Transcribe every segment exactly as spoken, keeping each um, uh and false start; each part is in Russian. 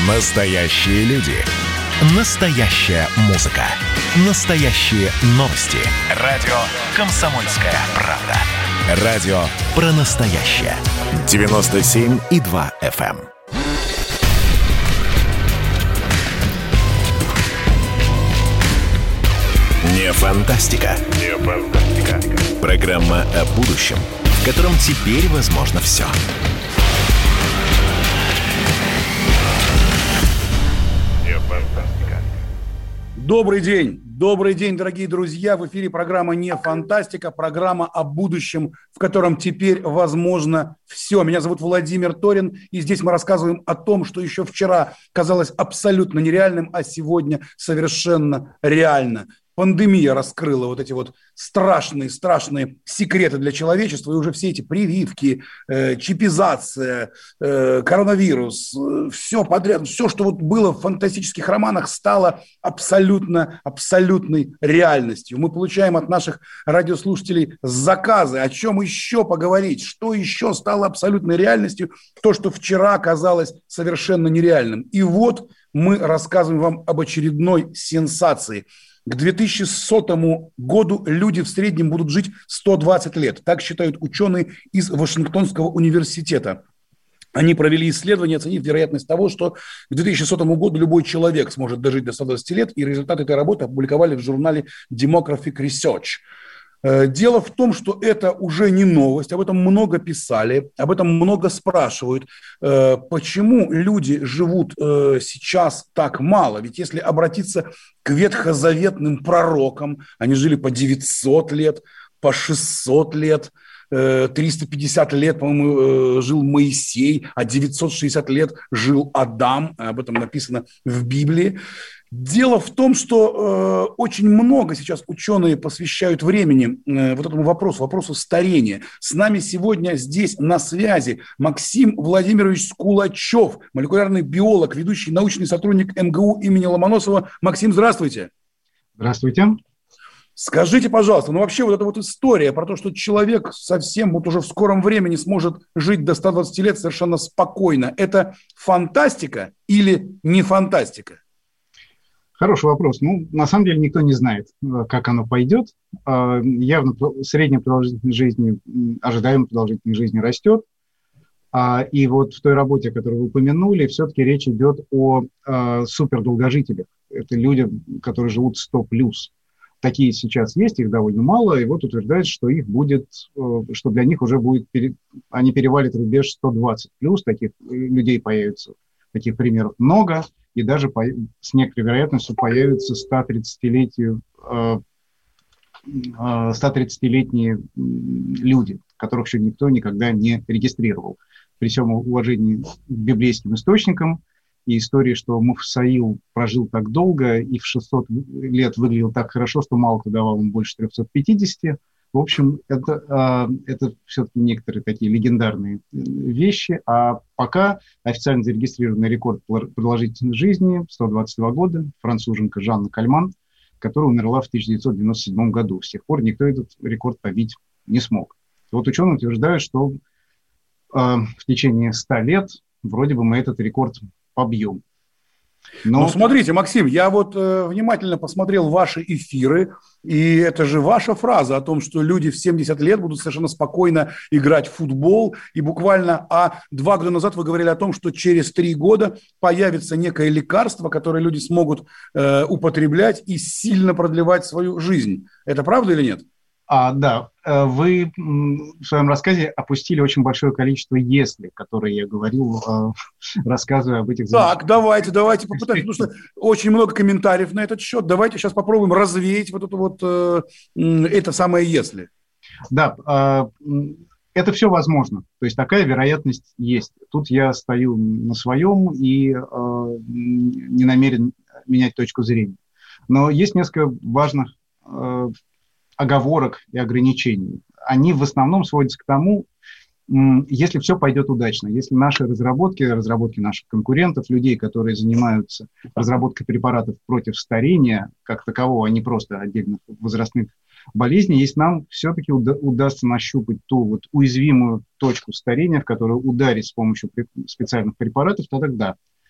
Настоящие люди. Настоящая музыка. Настоящие новости. Радио «Комсомольская правда». Радио про настоящее. девяносто семь и два эф эм. Не фантастика. Не фантастика. Программа о будущем, в котором теперь возможно все. Добрый день, добрый день, дорогие друзья. В эфире программа «Не фантастика», программа о будущем, в котором теперь возможно все. Меня зовут Владимир Торин, и здесь мы рассказываем о том, что еще вчера казалось абсолютно нереальным, а сегодня совершенно реально. Пандемия раскрыла вот эти вот страшные-страшные секреты для человечества, и уже все эти прививки, э, чипизация, э, коронавирус, э, все подряд, все, что вот было в фантастических романах, стало абсолютно, абсолютной реальностью. Мы получаем от наших радиослушателей заказы, о чем еще поговорить, что еще стало абсолютной реальностью, то, что вчера казалось совершенно нереальным. И вот мы рассказываем вам об очередной сенсации. К две тысячи сотому году люди в среднем будут жить сто двадцать лет. Так считают ученые из Вашингтонского университета. Они провели исследование, оценив вероятность того, что к две тысячи сотому году любой человек сможет дожить до ста двадцати лет, и результаты этой работы опубликовали в журнале Demographic Research. Дело в том, что это уже не новость, об этом много писали, об этом много спрашивают. Почему люди живут сейчас так мало? Ведь если обратиться к ветхозаветным пророкам, они жили по девятьсот лет, по шестьсот лет, триста пятьдесят лет, по-моему, жил Моисей, а девятьсот шестьдесят лет жил Адам, об этом написано в Библии. Дело в том, что э, очень много сейчас ученые посвящают времени э, вот этому вопросу, вопросу старения. С нами сегодня здесь на связи Максим Владимирович Скулачев, молекулярный биолог, ведущий научный сотрудник эм гэ у имени Ломоносова. Максим, здравствуйте. Здравствуйте. Скажите, пожалуйста, ну вообще вот эта вот история про то, что человек совсем вот уже в скором времени сможет жить до ста двадцати лет совершенно спокойно, это фантастика или не фантастика? Хороший вопрос. Ну, на самом деле никто не знает, как оно пойдет. Явно средняя продолжительность жизни, ожидаемая продолжительность жизни растет. И вот в той работе, которую вы упомянули, все-таки речь идет о супердолгожителях. Это люди, которые живут сто плюс. Такие сейчас есть, их довольно мало. И вот утверждается, что их будет, что для них уже будет, они перевалят рубеж сто двадцать плюс. Таких людей появится, таких примеров много. И даже по, с некоторой вероятностью появятся сто тридцатилетние люди, которых еще никто никогда не регистрировал. При всем уважении к библейским источникам и истории, что Муфсаил прожил так долго и в шестьсот лет выглядел так хорошо, что мало кто давал ему больше трехсот пятидесяти. В общем, это, это все-таки некоторые такие легендарные вещи. А пока официально зарегистрированный рекорд продолжительности жизни сто двадцать два года, француженка Жанна Кальман, которая умерла в тысяча девятьсот девяносто седьмом году. С тех пор никто этот рекорд побить не смог. Вот ученые утверждают, что э, в течение ста лет вроде бы мы этот рекорд побьем. Но... Ну, смотрите, Максим, я вот э, внимательно посмотрел ваши эфиры, и это же ваша фраза о том, что люди в семьдесят лет будут совершенно спокойно играть в футбол, и буквально, а два года назад вы говорили о том, что через три года появится некое лекарство, которое люди смогут э, употреблять и сильно продлевать свою жизнь. Это правда или нет? А, да, вы в своем рассказе опустили очень большое количество «если», которые я говорил, рассказывая об этих... Так, давайте, давайте попытаемся, потому что очень много комментариев на этот счет. Давайте сейчас попробуем развеять вот это вот, это самое «если». Да, это все возможно. То есть такая вероятность есть. Тут я стою на своем и не намерен менять точку зрения. Но есть несколько важных оговорок и ограничений. Они в основном сводятся к тому, если все пойдет удачно, если наши разработки, разработки наших конкурентов, людей, которые занимаются разработкой препаратов против старения, как такового, а не просто отдельных возрастных болезней, если нам все-таки уда- удастся нащупать ту вот уязвимую точку старения, в которую ударить с помощью специальных препаратов, то тогда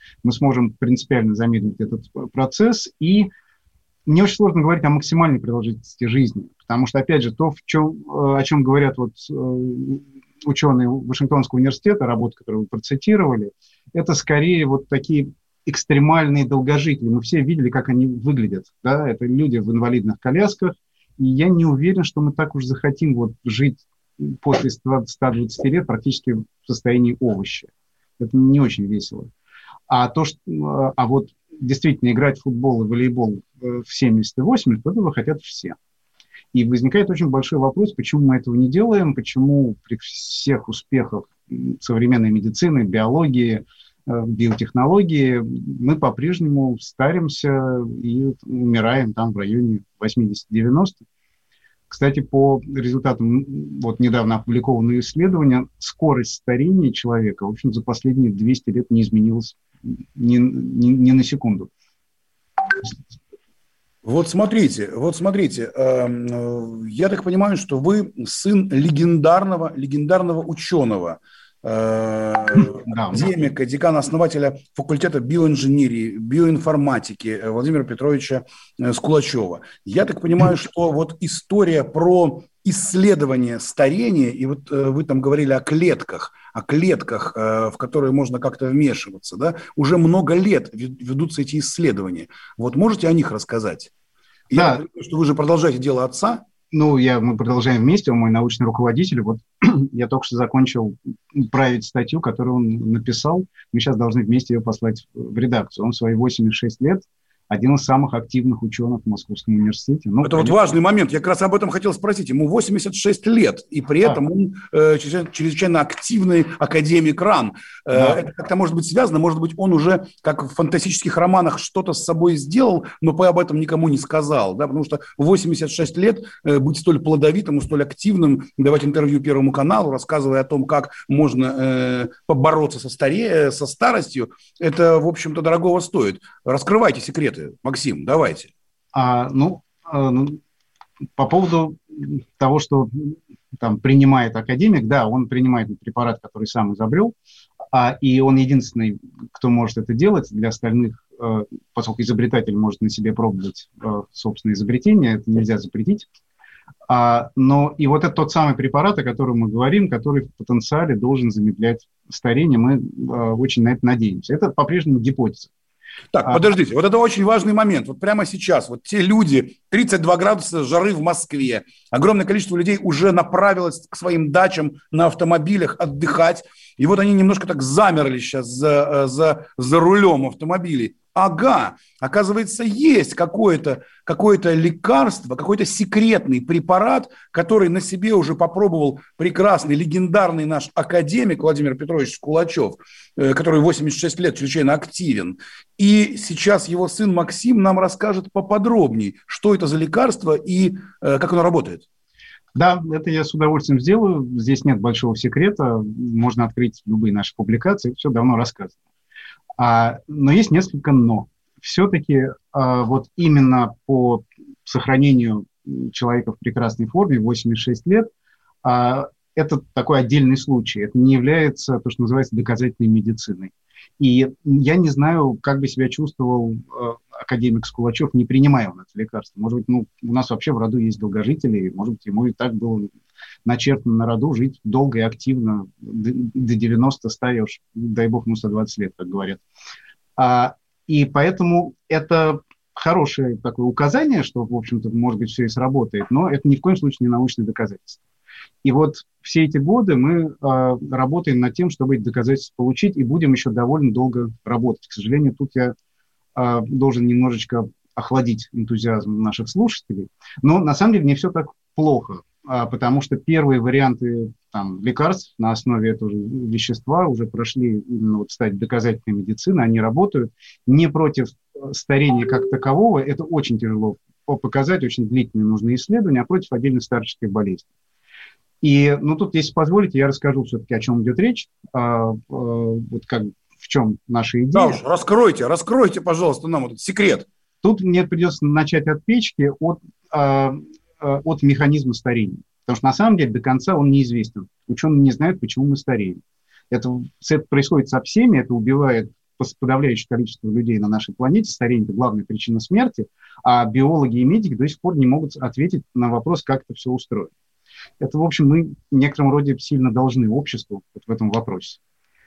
мы сможем принципиально замедлить этот процесс. И мне очень сложно говорить о максимальной продолжительности жизни, потому что, опять же, то, в чем, о чем говорят вот ученые Вашингтонского университета, работы, которые вы процитировали, это скорее вот такие экстремальные долгожители. Мы все видели, как они выглядят. Да? Это люди в инвалидных колясках. И я не уверен, что мы так уж захотим вот жить после ста двадцати лет практически в состоянии овоща. Это не очень весело. А, то, что, а вот действительно играть в футбол и волейбол в семьдесят и восемьдесят, этого хотят все. И возникает очень большой вопрос, почему мы этого не делаем, почему при всех успехах современной медицины, биологии, биотехнологии мы по-прежнему старимся и умираем там в районе восьмидесяти-девяноста. Кстати, по результатам вот недавно опубликованного исследования, скорость старения человека, в общем, за последние двести лет не изменилась ни, ни, ни на секунду. Вот смотрите, вот смотрите, э, я так понимаю, что вы сын легендарного, легендарного ученого, академика, декана, основателя факультета биоинженерии, биоинформатики Владимира Петровича Скулачева. Я так понимаю, что вот история про исследование старения, и вот вы там говорили о клетках, о клетках, в которые можно как-то вмешиваться, да, уже много лет ведутся эти исследования. Вот можете о них рассказать? Да. Я думаю, что вы же продолжаете дело отца. Ну, я, мы продолжаем вместе, он мой научный руководитель. Вот я только что закончил править статью, которую он написал. Мы сейчас должны вместе ее послать в редакцию. Он в свои восемьдесят шесть лет один из самых активных ученых в Московском университете. Ну, это конечно... вот важный момент. Я как раз об этом хотел спросить. Ему восемьдесят шесть лет, и при да. этом он э, чрезвычайно активный академик РАН. Да. Э, это как-то может быть связано. Может быть, он уже, как в фантастических романах, что-то с собой сделал, но об этом никому не сказал. Да? Потому что в восемьдесят шесть лет э, быть столь плодовитым и столь активным, давать интервью Первому каналу, рассказывая о том, как можно э, побороться со, старе... со старостью, это, в общем-то, дорогого стоит. Раскрывайте секреты. Максим, давайте. А, ну, а, ну, по поводу того, что там принимает академик, да, он принимает препарат, который сам изобрел, а, и он единственный, кто может это делать. Для остальных, а, поскольку изобретатель может на себе пробовать а, собственное изобретение, это нельзя запретить. А, но и вот это тот самый препарат, о котором мы говорим, который в потенциале должен замедлять старение, мы а, очень на это надеемся. Это по-прежнему гипотеза. Так, подождите, вот это очень важный момент. Вот прямо сейчас, вот те люди, тридцать два градуса жары в Москве, огромное количество людей уже направилось к своим дачам на автомобилях отдыхать, и вот они немножко так замерли сейчас за, за, за рулем автомобилей. Ага, оказывается, есть какое-то, какое-то лекарство, какой-то секретный препарат, который на себе уже попробовал прекрасный, легендарный наш академик Владимир Петрович Скулачев, который восемьдесят шесть лет чрезвычайно активен. И сейчас его сын Максим нам расскажет поподробнее, что это за лекарство и как оно работает. Да, это я с удовольствием сделаю. Здесь нет большого секрета. Можно открыть любые наши публикации. Все давно рассказано. А, но есть несколько «но». Все-таки а, вот именно по сохранению человека в прекрасной форме, восемьдесят шесть лет, а, это такой отдельный случай. Это не является то, что называется доказательной медициной. И я не знаю, как бы себя чувствовал а, академик Скулачев, не принимая он это лекарство. Может быть, ну, у нас вообще в роду есть долгожители, может быть, ему и так было начертано на роду жить долго и активно, до девяноста, ста, уж, дай бог, ну, сто двадцать лет, как говорят. А, и поэтому это хорошее такое указание, что, в общем-то, может быть, все и сработает, но это ни в коем случае не научное доказательство. И вот все эти годы мы а, работаем над тем, чтобы эти доказательства получить, и будем еще довольно долго работать. К сожалению, тут я а, должен немножечко охладить энтузиазм наших слушателей, но на самом деле не все так плохо. Потому что первые варианты там, лекарств на основе этого же вещества уже прошли именно вот стадию доказательной медицины, они работают не против старения как такового, это очень тяжело показать, очень длительные нужны исследования, а против отдельно старческой болезни. И, ну, тут, если позволите, я расскажу все-таки, о чем идет речь, а, а, вот как, в чем наша идея. Да уж, раскройте, раскройте, пожалуйста, нам этот секрет. Тут мне придется начать от печки, от... А, от механизма старения. Потому что на самом деле до конца он неизвестен. Ученые не знают, почему мы стареем. Это, это происходит со всеми, это убивает подавляющее количество людей на нашей планете, старение – это главная причина смерти, а биологи и медики до сих пор не могут ответить на вопрос, как это все устроено. Это, в общем, мы в некотором роде сильно должны обществу вот в этом вопросе.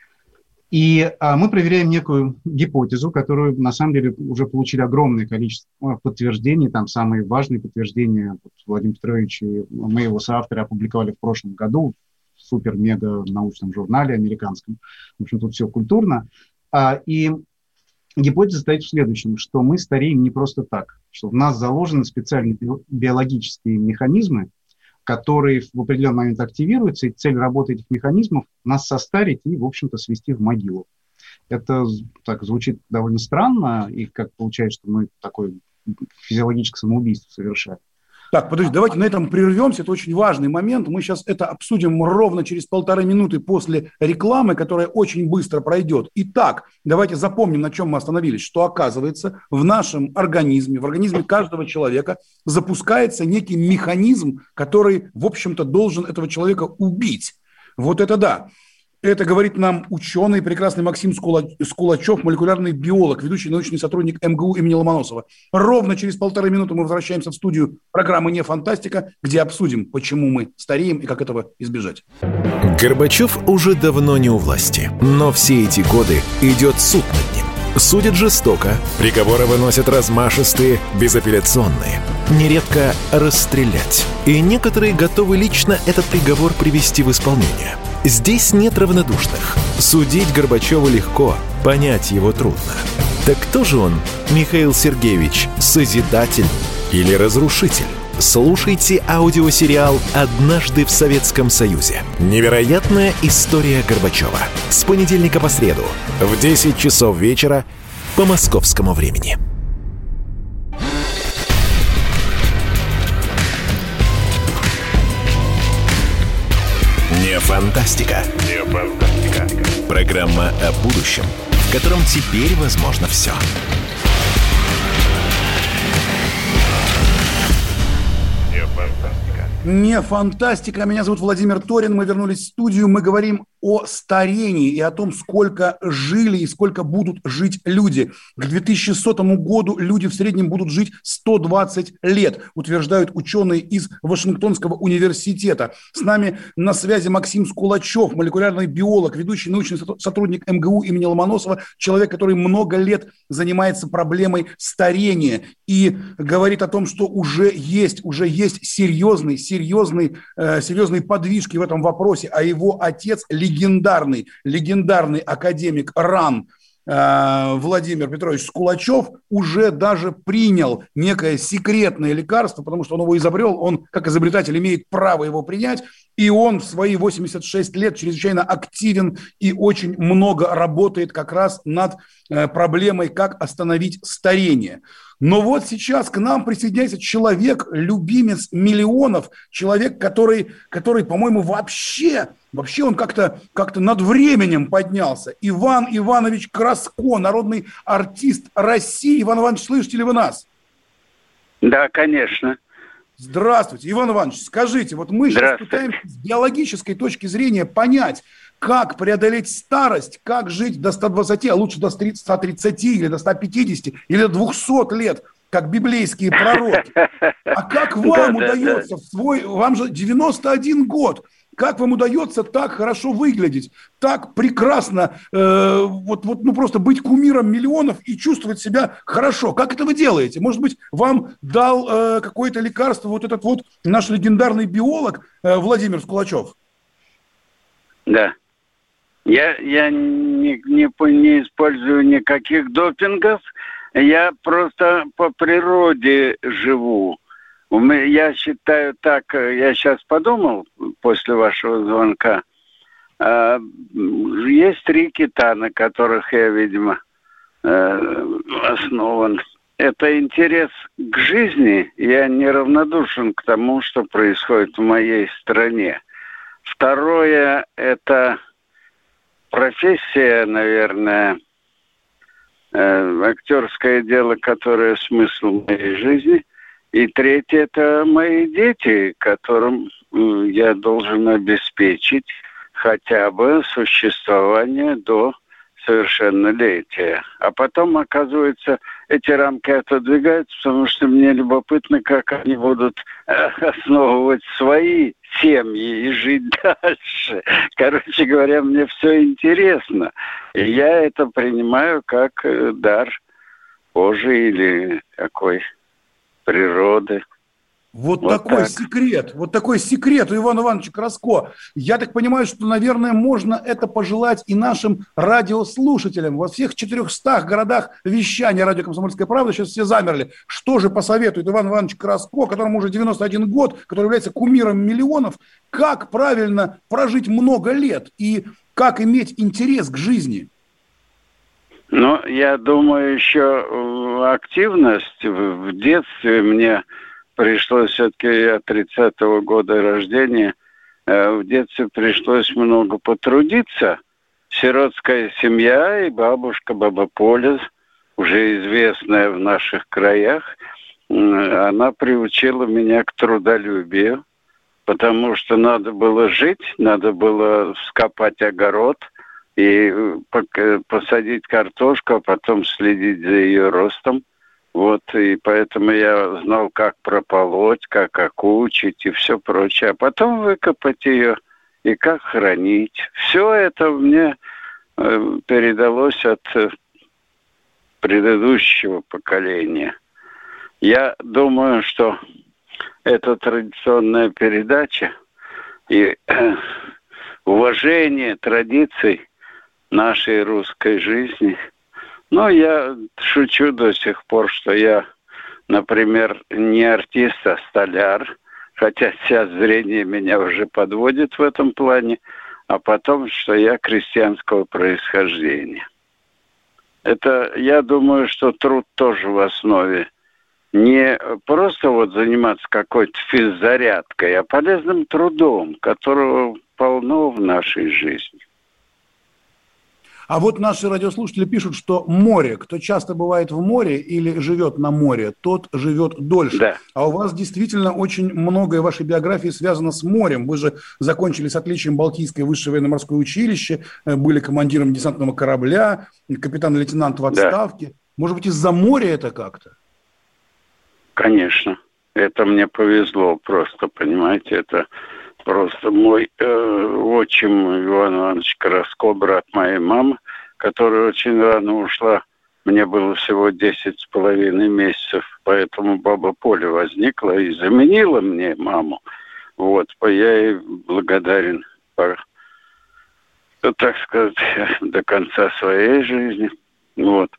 И а, мы проверяем некую гипотезу, которую, на самом деле, уже получили огромное количество подтверждений. Там самые важные подтверждения вот, Владимир Петрович и мы его соавторы опубликовали в прошлом году в супер-мега-научном журнале американском. В общем, тут все культурно. А, и гипотеза стоит в следующем, что мы стареем не просто так, что в нас заложены специальные биологические механизмы, которые в определенный момент активируются, и цель работы этих механизмов – нас состарить и, в общем-то, свести в могилу. Это так звучит довольно странно, и как получается, что мы такое физиологическое самоубийство совершаем. Так, подожди, давайте на этом прервемся, это очень важный момент. Мы сейчас это обсудим ровно через полторы минуты после рекламы, которая очень быстро пройдет. Итак, давайте запомним, на чем мы остановились, что оказывается в нашем организме, в организме каждого человека запускается некий механизм, который, в общем-то, должен этого человека убить. Вот это да. Это говорит нам ученый, прекрасный Максим Скулачев, молекулярный биолог, ведущий научный сотрудник эм гэ у имени Ломоносова. Ровно через полторы минуты мы возвращаемся в студию программы «Не фантастика», где обсудим, почему мы стареем и как этого избежать. Горбачев уже давно не у власти, но все эти годы идет суд над ним. Судят жестоко, приговоры выносят размашистые, безапелляционные. Нередко расстрелять. И некоторые готовы лично этот приговор привести в исполнение. Здесь нет равнодушных. Судить Горбачева легко, понять его трудно. Так кто же он, Михаил Сергеевич, созидатель или разрушитель? Слушайте аудиосериал «Однажды в Советском Союзе». Невероятная история Горбачева. С понедельника по среду в десять часов вечера по московскому времени. Не фантастика. Не фантастика. Программа о будущем, в котором теперь возможно все. Не фантастика. Меня зовут Владимир Торин. Мы вернулись в студию. Мы говорим о старении и о том, сколько жили и сколько будут жить люди. К две тысячи сотому году люди в среднем будут жить сто двадцать лет, утверждают ученые из Вашингтонского университета. С нами на связи Максим Скулачев, молекулярный биолог, ведущий научный сотрудник эм гэ у имени Ломоносова, человек, который много лет занимается проблемой старения и говорит о том, что уже есть, уже есть серьезный, серьезный, э, серьезные подвижки в этом вопросе, а его отец – легендарный, легендарный академик РАН э, Владимир Петрович Скулачев уже даже принял некое секретное лекарство, потому что он его изобрел, он как изобретатель имеет право его принять, и он в свои восемьдесят шесть лет чрезвычайно активен и очень много работает как раз над э, проблемой, как остановить старение. Но вот сейчас к нам присоединяется человек, любимец миллионов, человек, который, который по-моему, вообще, вообще он как-то, как-то над временем поднялся. Иван Иванович Краско, народный артист России. Иван Иванович, слышите ли вы нас? Да, конечно. Здравствуйте, Иван Иванович, скажите, вот мы сейчас пытаемся с биологической точки зрения понять, как преодолеть старость, как жить до ста двадцати, а лучше до ста тридцати или до ста пятидесяти или до двухсот лет, как библейские пророки. А как вам удается в свой, вам же девяносто один год, как вам удается так хорошо выглядеть, так прекрасно, э, вот, вот, ну просто быть кумиром миллионов и чувствовать себя хорошо? Как это вы делаете? Может быть, вам дал э, какое-то лекарство вот этот вот наш легендарный биолог э, Владимир Скулачев? Да. Я, я не, не, не использую никаких допингов, я просто по природе живу. Я считаю так, я сейчас подумал после вашего звонка, есть три кита, на которых я, видимо, основан. Это интерес к жизни, я неравнодушен к тому, что происходит в моей стране. Второе, это профессия, наверное, э, актерское дело, которое смысл моей жизни. И третье, это мои дети, которым э, я должен обеспечить хотя бы существование до совершеннолетия. А потом, оказывается, эти рамки отодвигаются, потому что мне любопытно, как они будут основывать свои семьи и жить дальше. Короче говоря, мне все интересно. И я это принимаю как дар Божий или какой природы. Вот, Вот такой так. секрет, вот такой секрет у Ивана Ивановича Краско. Я так понимаю, что, наверное, можно это пожелать и нашим радиослушателям. Во всех четырехстах городах вещания радио «Комсомольская правда» сейчас все замерли. Что же посоветует Иван Иванович Краско, которому уже девяносто один год, который является кумиром миллионов, как правильно прожить много лет и как иметь интерес к жизни? Ну, я думаю, еще активность в детстве мне... Пришлось все-таки, я тридцатого года рождения, в детстве пришлось много потрудиться. Сиротская семья и бабушка, баба Поля, уже известная в наших краях, она приучила меня к трудолюбию, потому что надо было жить, надо было вскопать огород и посадить картошку, а потом следить за ее ростом. Вот, и поэтому я знал, как прополоть, как окучить и все прочее. А потом выкопать ее и как хранить. Все это мне э, передалось от э, предыдущего поколения. Я думаю, что эта традиционная передача и э, уважение традиций нашей русской жизни. Ну, я шучу до сих пор, что я, например, не артист, а столяр, хотя сейчас зрение меня уже подводит в этом плане, а потом, что я крестьянского происхождения. Это, я думаю, что труд тоже в основе. Не просто вот заниматься какой-то физзарядкой, а полезным трудом, которого полно в нашей жизни. А вот наши радиослушатели пишут, что море, кто часто бывает в море или живет на море, тот живет дольше. Да. А у вас действительно очень многое в вашей биографии связано с морем. Вы же закончили с отличием Балтийское высшее военно-морское училище, были командиром десантного корабля, капитан-лейтенант в отставке. Да. Может быть, из-за моря это как-то? Конечно. Это мне повезло просто, понимаете, это... Просто мой э, отчим Иван Иванович Краско, брат моей мамы, которая очень рано ушла. Мне было всего десять с половиной месяцев, поэтому баба Поля возникла и заменила мне маму. Вот, я ей благодарен, по, так сказать, до конца своей жизни. Вот.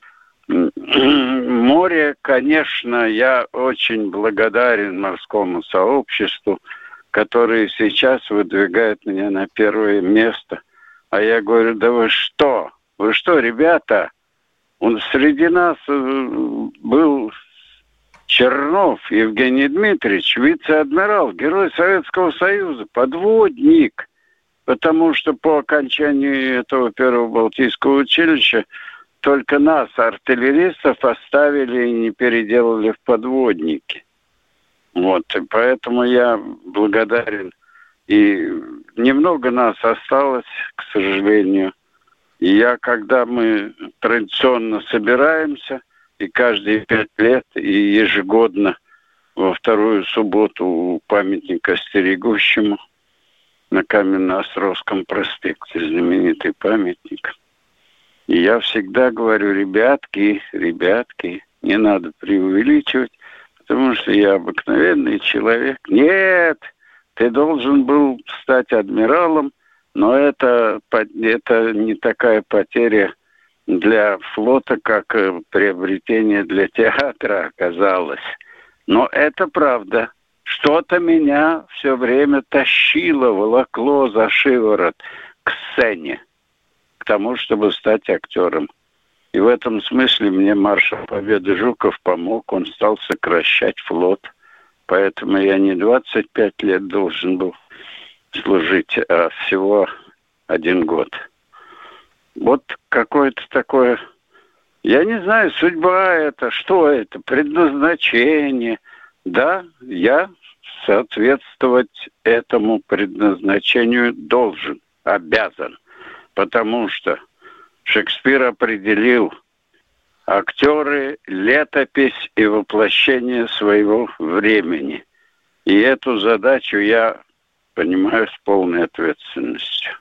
Море, конечно, я очень благодарен морскому сообществу, которые сейчас выдвигают меня на первое место. А я говорю, да вы что? Вы что, ребята? Он среди нас был Чернов Евгений Дмитриевич, вице-адмирал, герой Советского Союза, подводник. Потому что по окончании этого первого Балтийского училища только нас, артиллеристов, оставили и не переделали в подводники. Вот, и поэтому я благодарен. И немного нас осталось, к сожалению. И я, когда мы традиционно собираемся, и каждые пять лет, и ежегодно во вторую субботу у памятника стерегущему на Каменно-Островском проспекте, знаменитый памятник. И я всегда говорю, ребятки, ребятки, не надо преувеличивать, потому что я обыкновенный человек. Нет, ты должен был стать адмиралом, но это, это не такая потеря для флота, как приобретение для театра оказалось. Но это правда. Что-то меня все время тащило, волокло за шиворот к сцене, к тому, чтобы стать актером. И в этом смысле мне маршал Победы Жуков помог, он стал сокращать флот. Поэтому я не двадцать пять лет должен был служить, а всего один год. Вот какое-то такое, я не знаю, судьба это, что это, предназначение. Да, я соответствовать этому предназначению должен, обязан. Потому что Шекспир определил: актеры – летопись и воплощение своего времени. И эту задачу я понимаю с полной ответственностью.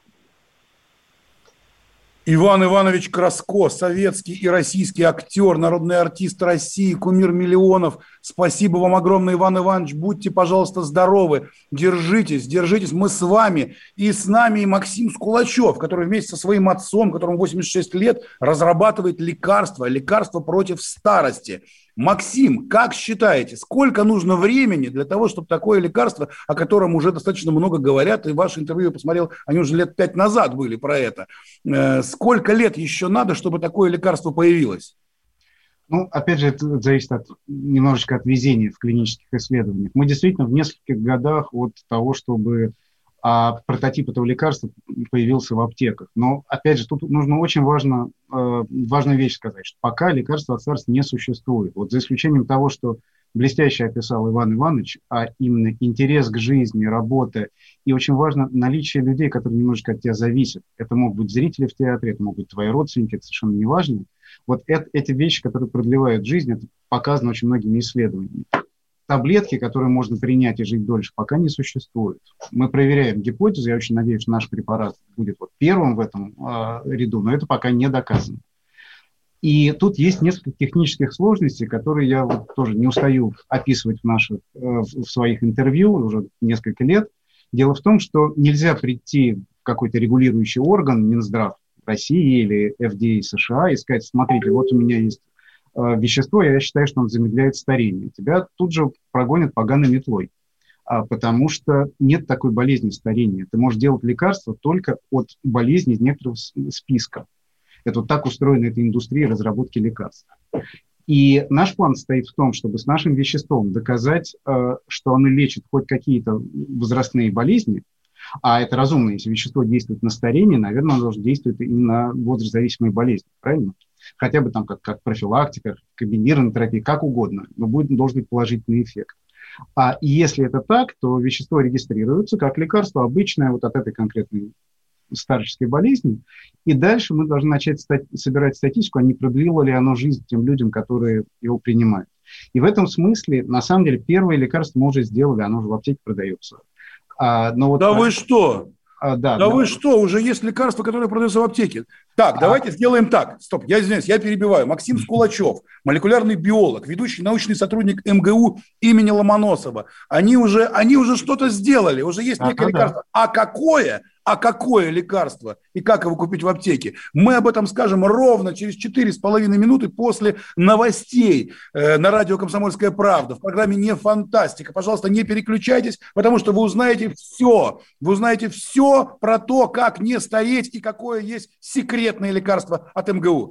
Иван Иванович Краско, советский и российский актер, народный артист России, кумир миллионов. Спасибо вам огромное, Иван Иванович. Будьте, пожалуйста, здоровы. Держитесь, держитесь. Мы с вами. И с нами и Максим Скулачев, который вместе со своим отцом, которому восемьдесят шесть лет, разрабатывает лекарства, лекарства против старости. Максим, как считаете, сколько нужно времени для того, чтобы такое лекарство, о котором уже достаточно много говорят, и ваше интервью я посмотрел, они уже лет пять назад были про это, э, сколько лет еще надо, чтобы такое лекарство появилось? Ну, опять же, это зависит от, немножечко от везения в клинических исследованиях. Мы действительно в нескольких годах от того, чтобы а, прототип этого лекарства появился в аптеках. Но, опять же, тут нужно очень важно, э, важную вещь сказать, что пока лекарства от старости не существует. Вот за исключением того, что блестяще описал Иван Иванович, а именно интерес к жизни, работа, и очень важно наличие людей, которые немножечко от тебя зависят. Это могут быть зрители в театре, это могут быть твои родственники, это совершенно не важно. Вот это, эти вещи, которые продлевают жизнь, это показано очень многими исследованиями. Таблетки, которые можно принять и жить дольше, пока не существует. Мы проверяем гипотезу, я очень надеюсь, что наш препарат будет вот первым в этом э, ряду, но это пока не доказано. И тут есть несколько технических сложностей, которые я вот тоже не устаю описывать в, наших, э, в своих интервью уже несколько лет. Дело в том, что нельзя прийти в какой-то регулирующий орган, Минздрав России или эф ди эй США, и сказать: смотрите, вот у меня есть вещество, я считаю, что он замедляет старение. Тебя тут же прогонят поганой метлой, потому что нет такой болезни старения. Ты можешь делать лекарства только от болезни из некоторого списка. Это вот так устроена эта индустрия разработки лекарств. И наш план состоит в том, чтобы с нашим веществом доказать, что оно лечит хоть какие-то возрастные болезни, а это разумно, если вещество действует на старение, наверное, оно должно действовать и на возрастзависимые болезни, правильно? Хотя бы там как, как профилактика, комбинированная терапия, как угодно, но будет, должен быть положительный эффект. А если это так, то вещество регистрируется как лекарство обычное вот от этой конкретной старческой болезни, и дальше мы должны начать стать, собирать статистику, а не продлило ли оно жизнь тем людям, которые его принимают. И в этом смысле, на самом деле, первое лекарство мы уже сделали, оно уже в аптеке продается. А, но вот да про... вы что? А, да, да, да вы что? Уже есть лекарства, которые продаются в аптеке. Так, а... давайте сделаем так. Стоп, я извиняюсь, я перебиваю. Максим Скулачев, молекулярный биолог, ведущий научный сотрудник эм гэ у имени Ломоносова. Они уже, они уже что-то сделали, уже есть некое а, лекарство. Да. А какое? А какое лекарство и как его купить в аптеке? Мы об этом скажем ровно через четыре с половиной минуты после новостей э, на радио «Комсомольская правда» в программе «Не фантастика». Пожалуйста, не переключайтесь, потому что вы узнаете все. Вы узнаете все про то, как не стареть и какое есть секретное лекарство от эм гэ у.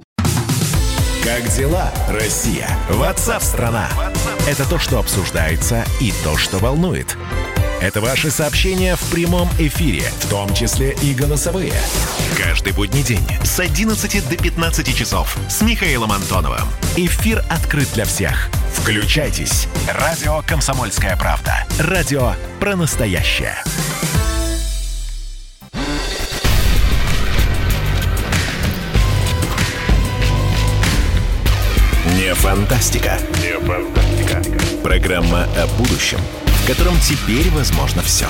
Как дела, Россия? Ватсап-страна! Это то, что обсуждается, и то, что волнует. Это ваши сообщения в прямом эфире, в том числе и голосовые. Каждый будний день с одиннадцати до пятнадцати часов с Михаилом Антоновым. Эфир открыт для всех. Включайтесь. Радио «Комсомольская правда». Радио про настоящее. Не фантастика. Не фантастика. Программа о будущем, в котором теперь возможно все.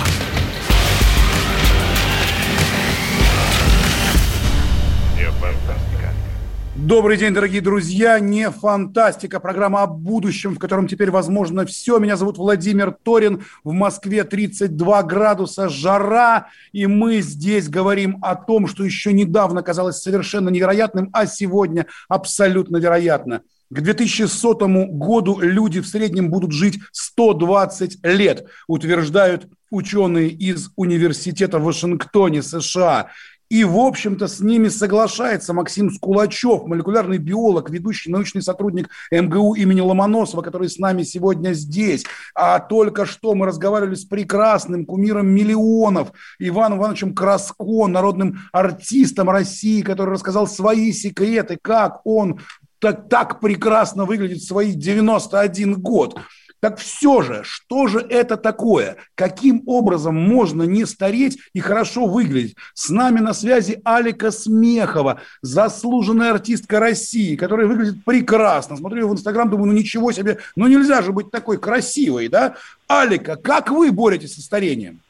Не фантастика. Добрый день, дорогие друзья. Не фантастика. Программа о будущем, в котором теперь возможно все. Меня зовут Владимир Торин. В Москве тридцать два градуса, жара. И мы здесь говорим о том, что еще недавно казалось совершенно невероятным, а сегодня абсолютно вероятно. К две тысячи сотому году люди в среднем будут жить сто двадцать лет, утверждают ученые из университета в Вашингтоне, США. И, в общем-то, с ними соглашается Максим Скулачев, молекулярный биолог, ведущий научный сотрудник эм гэ у имени Ломоносова, который с нами сегодня здесь. А только что мы разговаривали с прекрасным кумиром миллионов Иваном Ивановичем Краско, народным артистом России, который рассказал свои секреты, как он так, так прекрасно выглядит в свои девяносто один год. Так все же, что же это такое? Каким образом можно не стареть и хорошо выглядеть? С нами на связи Алика Смехова, заслуженная артистка России, которая выглядит прекрасно. Смотрю ее в Инстаграм, думаю, ну ничего себе, ну нельзя же быть такой красивой, да? Алика, как вы боретесь со старением?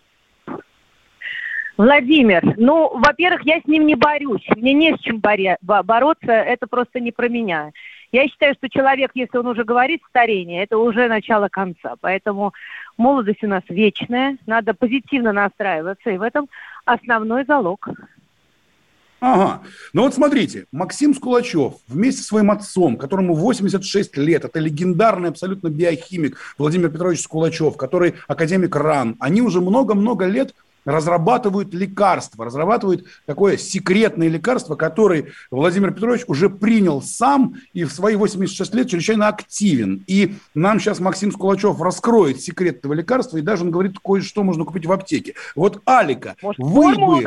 Владимир, ну, во-первых, я с ним не борюсь. Мне не с чем боря- бороться, это просто не про меня. Я считаю, что человек, если он уже говорит старение, это уже начало конца. Поэтому молодость у нас вечная, надо позитивно настраиваться, и в этом основной залог. Ага. Ну вот смотрите, Максим Скулачев вместе со своим отцом, которому восемьдесят шесть лет, это легендарный абсолютно биохимик Владимир Петрович Скулачев, который академик РАН, они уже много-много лет разрабатывают лекарства, разрабатывают такое секретное лекарство, которое Владимир Петрович уже принял сам и в свои восемьдесят шесть лет чрезвычайно активен. И нам сейчас Максим Скулачев раскроет секрет этого лекарства, и даже он говорит, кое-что можно купить в аптеке. Вот, Алика, Может, вы бы...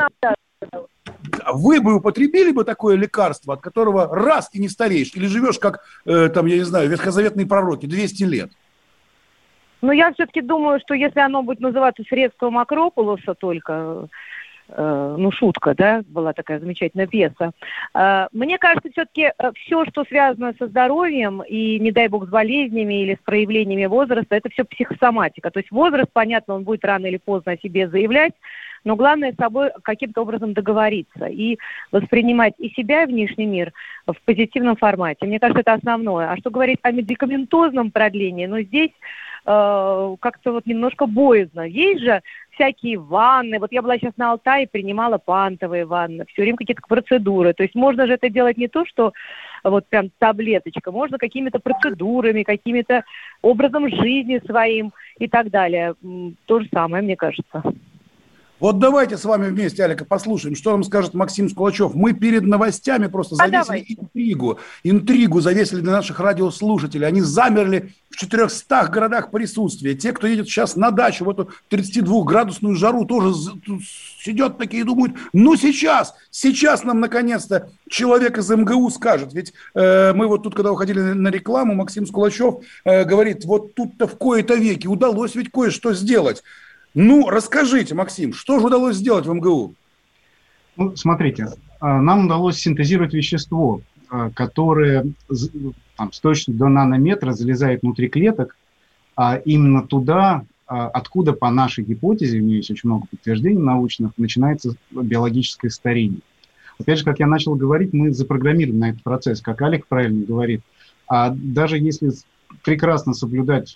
Вы бы употребили бы такое лекарство, от которого раз и не стареешь, или живешь, как, э, там, я не знаю, ветхозаветные пророки, двести лет? Ну, я все-таки думаю, что если оно будет называться средством Акропулоса только, э, ну, шутка, да, была такая замечательная пьеса, э, мне кажется, все-таки все, что связано со здоровьем и, не дай бог, с болезнями или с проявлениями возраста, это все психосоматика. То есть возраст, понятно, он будет рано или поздно о себе заявлять, но главное с собой каким-то образом договориться и воспринимать и себя, и внешний мир в позитивном формате. Мне кажется, это основное. А что говорить о медикаментозном продлении? Ну, здесь э, как-то вот немножко боязно. Есть же всякие ванны. Вот я была сейчас на Алтае, принимала пантовые ванны. Все время какие-то процедуры. То есть можно же это делать не то, что вот прям таблеточка. Можно какими-то процедурами, какими-то образом жизни своим и так далее. То же самое, мне кажется. Вот давайте с вами вместе, Алика, послушаем, что нам скажет Максим Скулачев. Мы перед новостями просто завесили а интригу. Интригу завесили для наших радиослушателей. Они замерли в четырехстах городах присутствия. Те, кто едет сейчас на дачу в эту тридцатидвухградусную жару, тоже сидят такие и думают, ну сейчас, сейчас нам наконец-то человек из МГУ скажет. Ведь э, мы вот тут, когда уходили на, на рекламу, Максим Скулачев э, говорит, вот тут-то в кои-то веки удалось ведь кое-что сделать. Ну, расскажите, Максим, что же удалось сделать в МГУ? Ну, смотрите, нам удалось синтезировать вещество, которое там, с точностью до нанометра залезает внутри клеток, а именно туда, откуда, по нашей гипотезе, у нее есть очень много подтверждений научных, начинается биологическое старение. Опять же, как я начал говорить, мы запрограммированы на этот процесс, как Алик правильно говорит. А даже если прекрасно соблюдать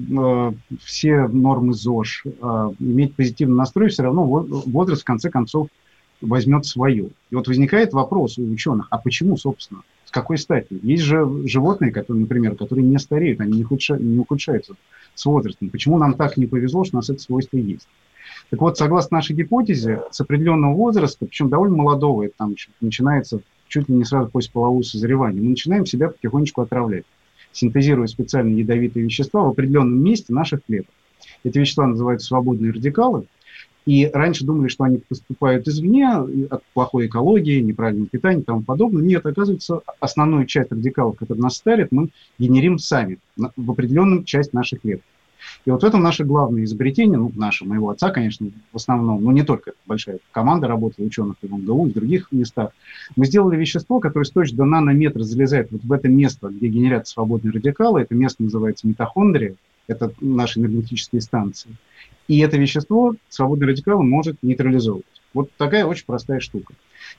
все нормы ЗОЖ, иметь позитивный настрой, все равно возраст в конце концов возьмет свое. И вот возникает вопрос у ученых, а почему, собственно, с какой стати? Есть же животные, которые, например, которые не стареют, они не ухудшаются, не ухудшаются с возрастом. Почему нам так не повезло, что у нас это свойство есть? Так вот, согласно нашей гипотезе, с определенного возраста, причем довольно молодого, это там начинается чуть ли не сразу после полового созревания, мы начинаем себя потихонечку отравлять, синтезируя специальные ядовитые вещества в определенном месте наших клеток. Эти вещества называются свободные радикалы. И раньше думали, что они поступают извне, от плохой экологии, неправильного питания и тому подобное. Нет, оказывается, основную часть радикалов, которые нас старят, мы генерим сами в определенную часть наших клеток. И вот в этом наше главное изобретение, ну, наше, моего отца, конечно, в основном, но не только, большая команда работала, ученых и в МГУ, и в других местах. Мы сделали вещество, которое с точки до нанометра залезает вот в это место, где генерятся свободные радикалы. Это место называется митохондрия, это наши энергетические станции. И это вещество, свободные радикалы, может нейтрализовывать. Вот такая очень простая штука.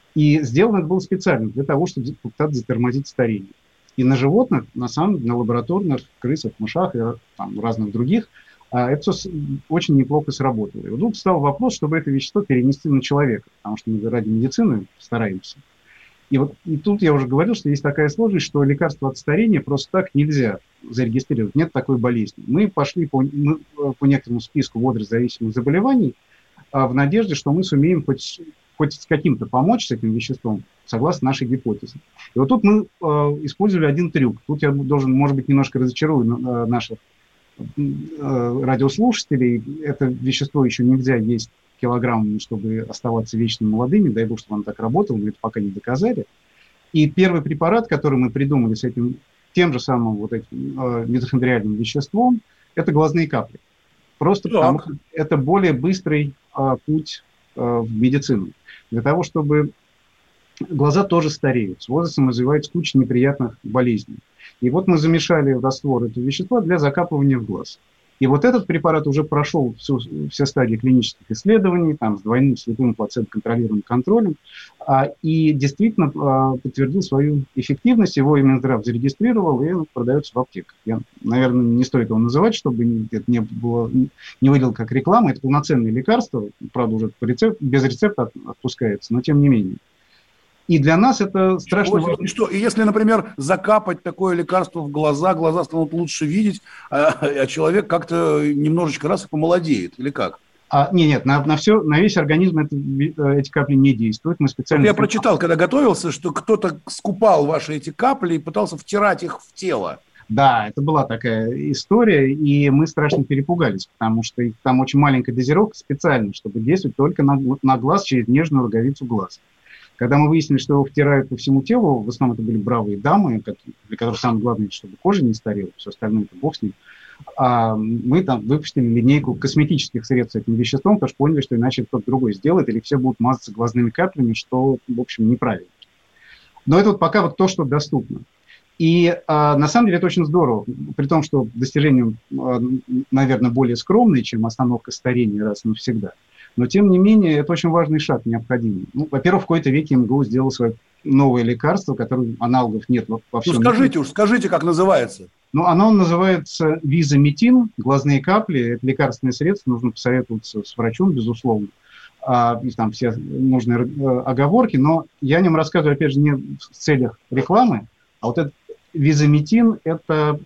И сделано это было специально для того, чтобы попытаться затормозить старение. И на животных, на самом деле, на лабораторных, крысах, мышах и там, разных других, это все очень неплохо сработало. И вдруг стал вопрос, чтобы это вещество перенести на человека, потому что мы ради медицины стараемся. И вот и тут я уже говорил, что есть такая сложность, что лекарства от старения просто так нельзя зарегистрировать. Нет такой болезни. Мы пошли по, мы, по некоторому списку возрастзависимых заболеваний а, в надежде, что мы сумеем хоть, хоть с каким-то помочь с этим веществом, согласно нашей гипотезе. И вот тут мы э, использовали один трюк. Тут я должен, может быть, немножко разочарую э, наших э, радиослушателей. Это вещество еще нельзя есть килограммами, чтобы оставаться вечно молодыми. Дай бог, чтобы оно так работало, мы это пока не доказали. И первый препарат, который мы придумали с этим, тем же самым вот этим э, митохондриальным веществом, это глазные капли. Просто да. потому что это более быстрый а, путь а, в медицину. Для того, чтобы... Глаза тоже стареют. С возрастом развивается куча неприятных болезней. И вот мы замешали в раствор это вещество для закапывания в глаз. И вот этот препарат уже прошел всю, все стадии клинических исследований, там, с двойным слепым плацебо-контролируемым контролем, а, и действительно а, подтвердил свою эффективность. Его и Минздрав зарегистрировал, и он продается в аптеках. Я, наверное, не стоит его называть, чтобы это не, было, не выглядел как реклама. Это полноценное лекарство, правда, уже по рецепт, без рецепта отпускается, но тем не менее. И для нас это страшно что, важно. Что, и если, например, закапать такое лекарство в глаза, глаза станут лучше видеть, а, а человек как-то немножечко раз и помолодеет, или как? А, нет, нет, на, на, все, на весь организм это, эти капли не действуют. Мы специально... Я прочитал, когда готовился, что кто-то скупал ваши эти капли и пытался втирать их в тело. Да, это была такая история, и мы страшно перепугались, потому что там очень маленькая дозировка специально, чтобы действовать только на, на глаз через нежную роговицу глаз. Когда мы выяснили, что его втирают по всему телу, в основном это были бравые дамы, для которых самое главное, чтобы кожа не старела, все остальное это бог с ним, а мы там выпустили линейку косметических средств с этим веществом, потому что поняли, что иначе кто-то другой сделает, или все будут мазаться глазными каплями, что, в общем, неправильно. Но это вот пока вот то, что доступно. И а, на самом деле это очень здорово, при том, что достижения, а, наверное, более скромные, чем остановка старения раз и навсегда. Но, тем не менее, это очень важный шаг, необходимый. Ну, во-первых, в какой-то веке эм гэ у сделал свое новое лекарство, которое аналогов нет во, во всем. Ну, скажите уж, скажите, как называется. Ну, оно называется визаметин, глазные капли. Это лекарственное средство, нужно посоветоваться с врачом, безусловно. А, и там все нужные оговорки, но я о нем рассказываю, опять же, не в целях рекламы, а вот этот визаметин – это...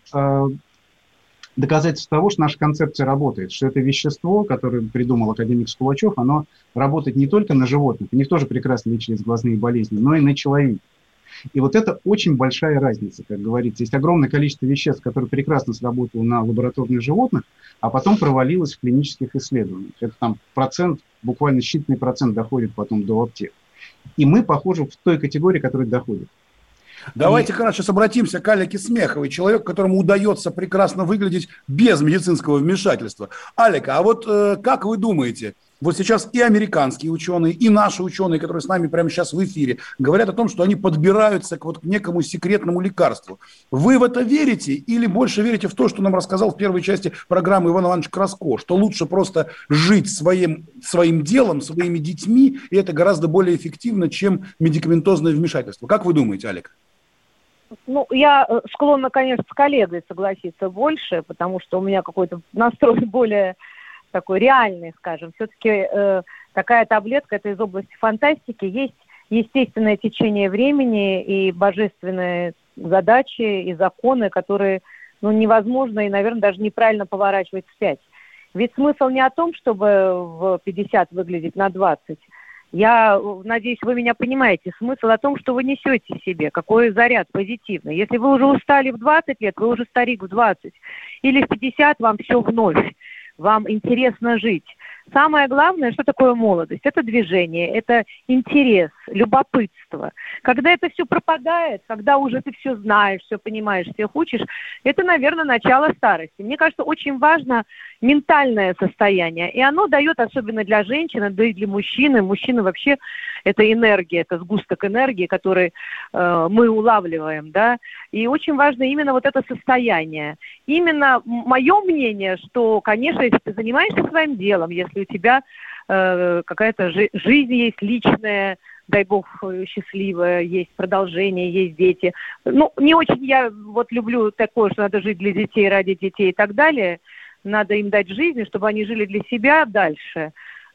доказательство того, что наша концепция работает, что это вещество, которое придумал академик Скулачев, оно работает не только на животных, у них тоже прекрасно лечились глазные болезни, но и на человеке. И вот это очень большая разница, как говорится. Есть огромное количество веществ, которые прекрасно сработало на лабораторных животных, а потом провалилось в клинических исследованиях. Это там процент, буквально считанный процент доходит потом до аптек. И мы, похоже, в той категории, которая доходит. Давайте, и... короче, обратимся к Алеке Смеховой, человеку, которому удается прекрасно выглядеть без медицинского вмешательства. Алека, а вот э, как вы думаете, вот сейчас и американские ученые, и наши ученые, которые с нами прямо сейчас в эфире, говорят о том, что они подбираются к, вот, к некому секретному лекарству. Вы в это верите или больше верите в то, что нам рассказал в первой части программы Иван Иванович Краско, что лучше просто жить своим, своим делом, своими детьми, и это гораздо более эффективно, чем медикаментозное вмешательство? Как вы думаете, Алека? Ну, я склонна, конечно, с коллегой согласиться больше, потому что у меня какой-то настрой более такой реальный, скажем. Все-таки э, такая таблетка, это из области фантастики, есть естественное течение времени и божественные задачи и законы, которые, ну, невозможно и, наверное, даже неправильно поворачивать вспять. Ведь смысл не о том, чтобы в пятьдесят выглядеть на двадцать. Я надеюсь, вы меня понимаете. Смысл о том, что вы несете в себе, какой заряд позитивный. Если вы уже устали в двадцать лет, вы уже старик в двадцать. Или в пятьдесят вам все вновь. Вам интересно жить. Самое главное, что такое молодость? Это движение, это интерес, любопытство. Когда это все пропадает, когда уже ты все знаешь, все понимаешь, всех учишь, это, наверное, начало старости. Мне кажется, очень важно ментальное состояние. И оно дает, особенно для женщины, да и для мужчины. Мужчины вообще это энергия, это сгусток энергии, который э, мы улавливаем, да. И очень важно именно вот это состояние. Именно мое мнение, что, конечно, если ты занимаешься своим делом, если у тебя э, какая-то жи- жизнь есть личная, дай бог, счастливая, есть продолжение, есть дети. Ну, не очень я вот люблю такое, что надо жить для детей, ради детей и так далее. Надо им дать жизнь, чтобы они жили для себя дальше.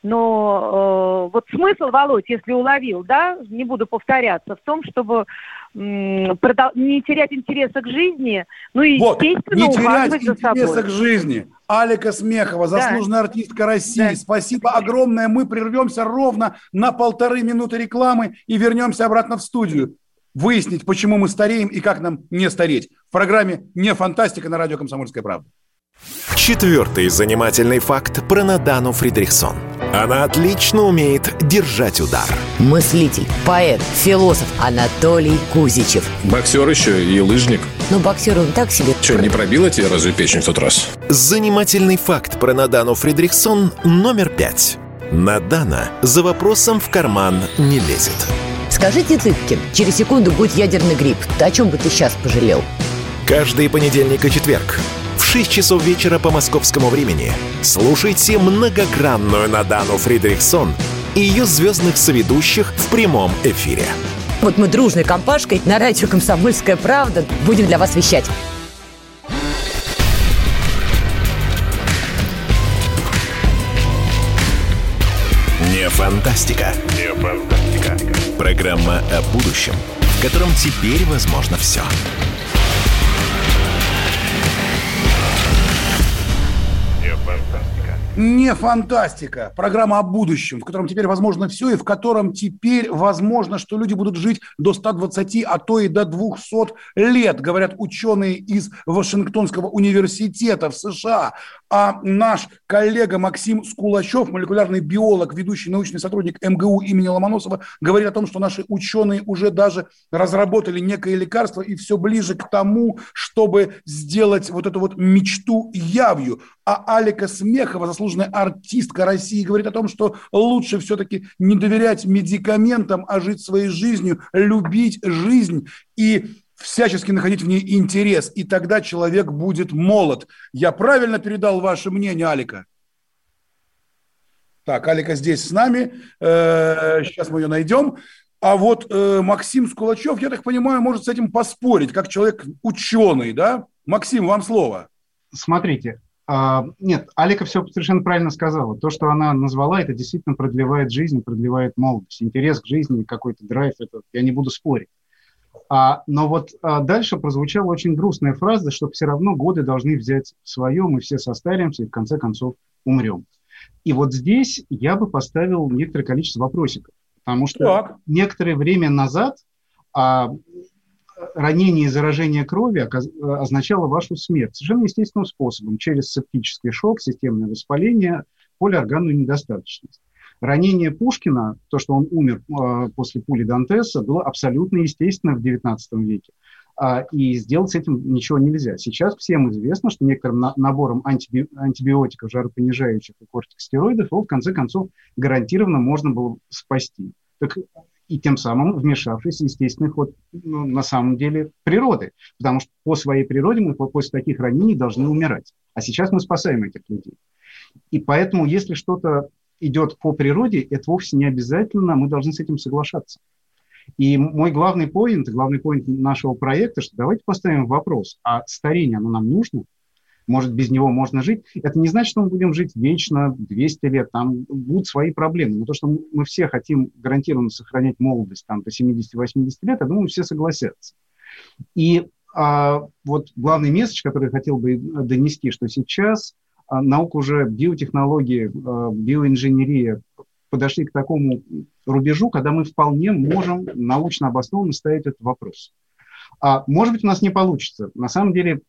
Но э, вот смысл, Володь, если уловил, да, не буду повторяться, в том, чтобы м, продол- не терять интереса к жизни, ну и, вот, естественно, не терять ухаживать за собой. интереса к жизни. Алека Смехова, заслуженная да. артистка России. Да. Спасибо огромное. Мы прервемся ровно на полторы минуты рекламы и вернемся обратно в студию. Выяснить, почему мы стареем и как нам не стареть. В программе «Не фантастика» на радио «Комсомольская правда». Четвертый занимательный факт про Надану Фридрихсон. Она отлично умеет держать удар. Мыслитель, поэт, философ Анатолий Кузичев. Боксер еще и лыжник. Но боксер он так себе. Че, не пробила тебе разве печень в тот раз? Занимательный факт про Надану Фридрихсон номер пять. Надана за вопросом в карман не лезет. Скажите, Цыпкин, через секунду будет ядерный грипп. Ты о чем бы ты сейчас пожалел? Каждый понедельник и четверг в шесть часов вечера по московскому времени слушайте многогранную Надану Фридрихсон и ее звездных соведущих в прямом эфире. Вот мы дружной компашкой на радио «Комсомольская правда» будем для вас вещать. Не фантастика. Не фантастика. Программа о будущем, в котором теперь возможно все. Не фантастика. Не фантастика. Программа о будущем, в котором теперь возможно все, и в котором теперь возможно, что люди будут жить до ста двадцати, а то и до двухсот лет, говорят ученые из Вашингтонского университета в США. А наш коллега Максим Скулачев, молекулярный биолог, ведущий научный сотрудник эм гэ у имени Ломоносова, говорит о том, что наши ученые уже даже разработали некое лекарство и все ближе к тому, чтобы сделать вот эту вот мечту явью. А Алика Смехова, заслуженная артистка России, говорит о том, что лучше все-таки не доверять медикаментам, а жить своей жизнью, любить жизнь и всячески находить в ней интерес, и тогда человек будет молод. Я правильно передал ваше мнение, Алика? Так, Алика здесь с нами. Сейчас мы ее найдем. А вот Максим Скулачев, я так понимаю, может с этим поспорить, как человек ученый, да? Максим, вам слово. Смотрите, нет, Алика все совершенно правильно сказала. То, что она назвала, это действительно продлевает жизнь, продлевает молодость. Интерес к жизни, какой-то драйв, это я не буду спорить. А, но вот а, дальше прозвучала очень грустная фраза, что все равно годы должны взять свое, мы все состаримся и в конце концов умрем. И вот здесь я бы поставил некоторое количество вопросиков, потому что так. Некоторое время назад а, ранение и заражение крови означало вашу смерть совершенно естественным способом, через септический шок, системное воспаление, полиорганную недостаточность. Ранение Пушкина, то, что он умер э, после пули Дантеса, было абсолютно естественно в девятнадцатом веке. А, и сделать с этим ничего нельзя. Сейчас всем известно, что некоторым на- набором антиби- антибиотиков, жаропонижающих и кортикостероидов его, в конце концов, гарантированно можно было спасти. Так, и тем самым вмешавшись в естественный ход, ну, на самом деле, природы. Потому что по своей природе мы после таких ранений должны умирать. А сейчас мы спасаем этих людей. И поэтому, если что-то идет по природе, это вовсе не обязательно, мы должны с этим соглашаться. И мой главный поинт, главный поинт нашего проекта, что давайте поставим вопрос, а старение, оно нам нужно? Может, без него можно жить? Это не значит, что мы будем жить вечно, двести лет, там будут свои проблемы. Но то, что мы все хотим гарантированно сохранять молодость там, до семидесяти-восьмидесяти лет, я думаю, все согласятся. И а, вот главный месседж, который я хотел бы донести, что сейчас наука уже, биотехнологии, биоинженерия подошли к такому рубежу, когда мы вполне можем научно обоснованно ставить этот вопрос. А, может быть, у нас не получится. На самом деле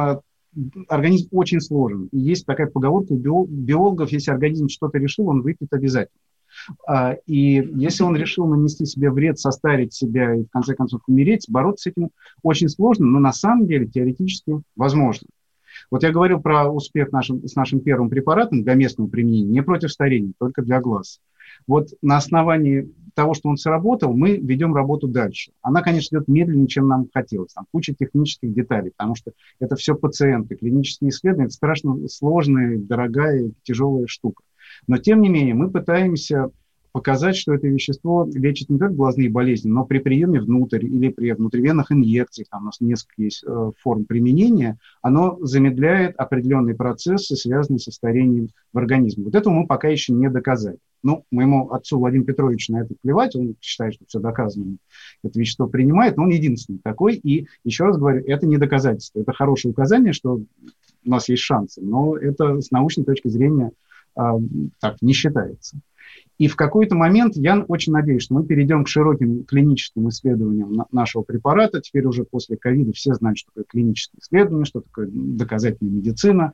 организм очень сложен. И есть такая поговорка у биологов, если организм что-то решил, он выпьет обязательно. А, и если он решил нанести себе вред, состарить себя и в конце концов умереть, бороться с этим очень сложно, но на самом деле теоретически возможно. Вот я говорил про успех нашим, с нашим первым препаратом для местного применения, не против старения, только для глаз. Вот на основании того, что он сработал, мы ведем работу дальше. Она, конечно, идет медленнее, чем нам хотелось. Там куча технических деталей, потому что это все пациенты, клинические исследования, это страшно сложная, дорогая, тяжелая штука. Но, тем не менее, мы пытаемся показать, что это вещество лечит не только глазные болезни, но при приеме внутрь или при внутривенных инъекциях, там у нас несколько есть э, форм применения, оно замедляет определенные процессы, связанные со старением в организме. Вот этого мы пока еще не доказали. Ну, моему отцу Владимиру Петровичу на это плевать, он считает, что все доказано, это вещество принимает, но он единственный такой. И еще раз говорю, это не доказательство, это хорошее указание, что у нас есть шансы, но это с научной точки зрения э, так не считается. И в какой-то момент я очень надеюсь, что мы перейдем к широким клиническим исследованиям нашего препарата. Теперь уже после ковида все знают, что такое клиническое исследование, что такое доказательная медицина.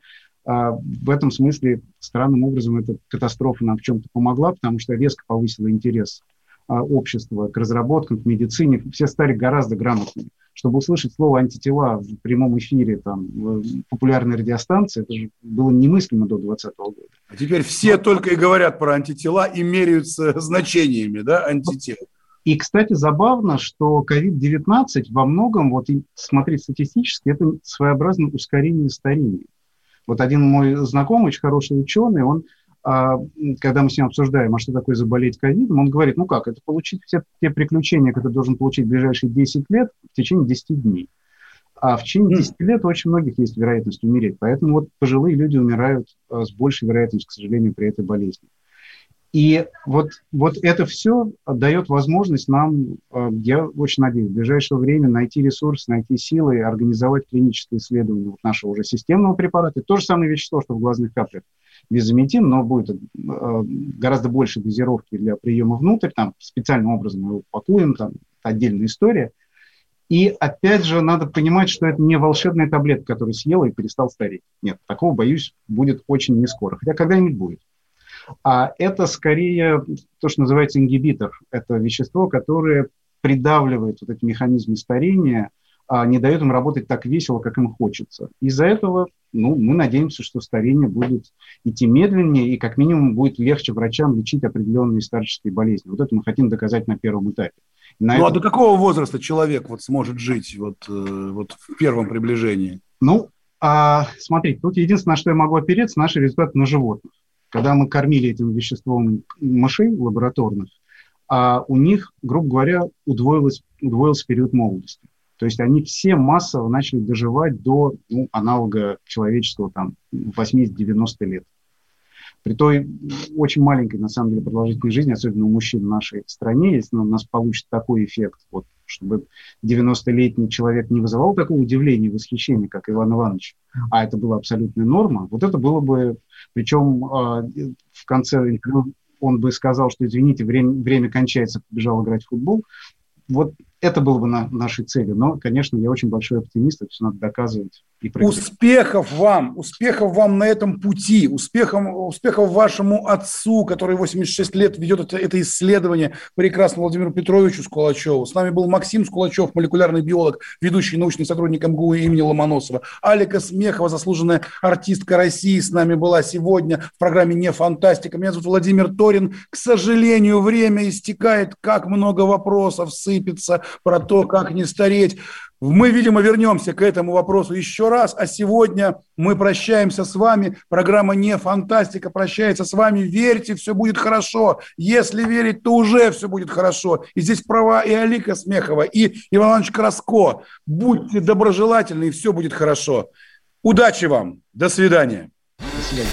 В этом смысле странным образом эта катастрофа нам в чем-то помогла, потому что резко повысила интерес общества к разработкам, к медицине. Все стали гораздо грамотнее. чтобы услышать слово антитела в прямом эфире там, в популярной радиостанции, это же было немыслимо до двадцатого года. А теперь все вот. Только и говорят про антитела и меряются значениями, да, антител. И, кстати, забавно, что ковид девятнадцать во многом, вот смотреть статистически, это своеобразное ускорение старения. Вот один мой знакомый, очень хороший ученый, он, когда мы с ним обсуждаем, а что такое заболеть ковидом, он говорит, ну как, это получить все те приключения, которые ты должен получить в ближайшие десять лет в течение десяти дней. А в течение десяти лет у очень многих есть вероятность умереть. Поэтому вот пожилые люди умирают с большей вероятностью, к сожалению, при этой болезни. И вот, вот это все дает возможность нам, я очень надеюсь, в ближайшее время найти ресурсы, найти силы, организовать клинические исследования вот нашего уже системного препарата. То же самое вещество, что в глазных каплях визаметин, но будет гораздо больше дозировки для приема внутрь, там специальным образом мы его упакуем, там это отдельная история. И опять же надо понимать, что это не волшебная таблетка, которую съел и перестал стареть. Нет, такого, боюсь, будет очень не скоро, хотя когда-нибудь будет. А это скорее то, что называется ингибитор. Это вещество, которое придавливает вот эти механизмы старения, а не дает им работать так весело, как им хочется. Из-за этого ну, мы надеемся, что старение будет идти медленнее и как минимум будет легче врачам лечить определенные старческие болезни. Вот это мы хотим доказать на первом этапе. На ну этом... а до какого возраста человек вот сможет жить вот, вот в первом приближении? Ну, а, смотрите, тут единственное, на что я могу опереться, наши результаты на животных. Когда мы кормили этим веществом мышей лабораторных, а у них, грубо говоря, удвоилось, удвоился период молодости. То есть они все массово начали доживать до ну, аналога человеческого там, восемьдесят-девяносто лет. При той очень маленькой, на самом деле, продолжительной жизни, особенно у мужчин в нашей стране, если у нас получится такой эффект, вот, чтобы девяностолетний человек не вызывал такого удивления и восхищения, как Иван Иванович, а это была абсолютная норма, вот это было бы, причем э, в конце интервью он бы сказал, что, извините, время, время кончается, побежал играть в футбол. Вот это было бы на нашей цели. Но, конечно, я очень большой оптимист, это все надо доказывать и проверять. Успехов вам, успехов вам на этом пути, успехов, успехов вашему отцу, который восемьдесят шесть лет ведет это, это исследование, прекрасному Владимиру Петровичу Скулачеву. С нами был Максим Скулачев, молекулярный биолог, ведущий научный сотрудник эм гэ у имени Ломоносова. Алика Смехова, заслуженная артистка России, с нами была сегодня в программе «Не фантастика». Меня зовут Владимир Торин. К сожалению, время истекает, как много вопросов сыпется про то, как не стареть. Мы, видимо, вернемся к этому вопросу еще раз, а сегодня мы прощаемся с вами. Программа «Не фантастика» прощается с вами. Верьте, все будет хорошо. Если верить, то уже все будет хорошо. И здесь права и Алика Смехова, и Иван Иванович Краско. Будьте доброжелательны, и все будет хорошо. Удачи вам. До свидания. До свидания.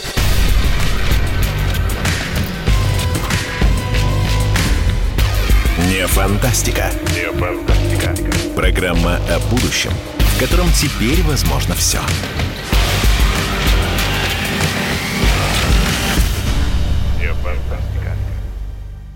Не фантастика. Не фантастика. Программа о будущем, в котором теперь возможно все.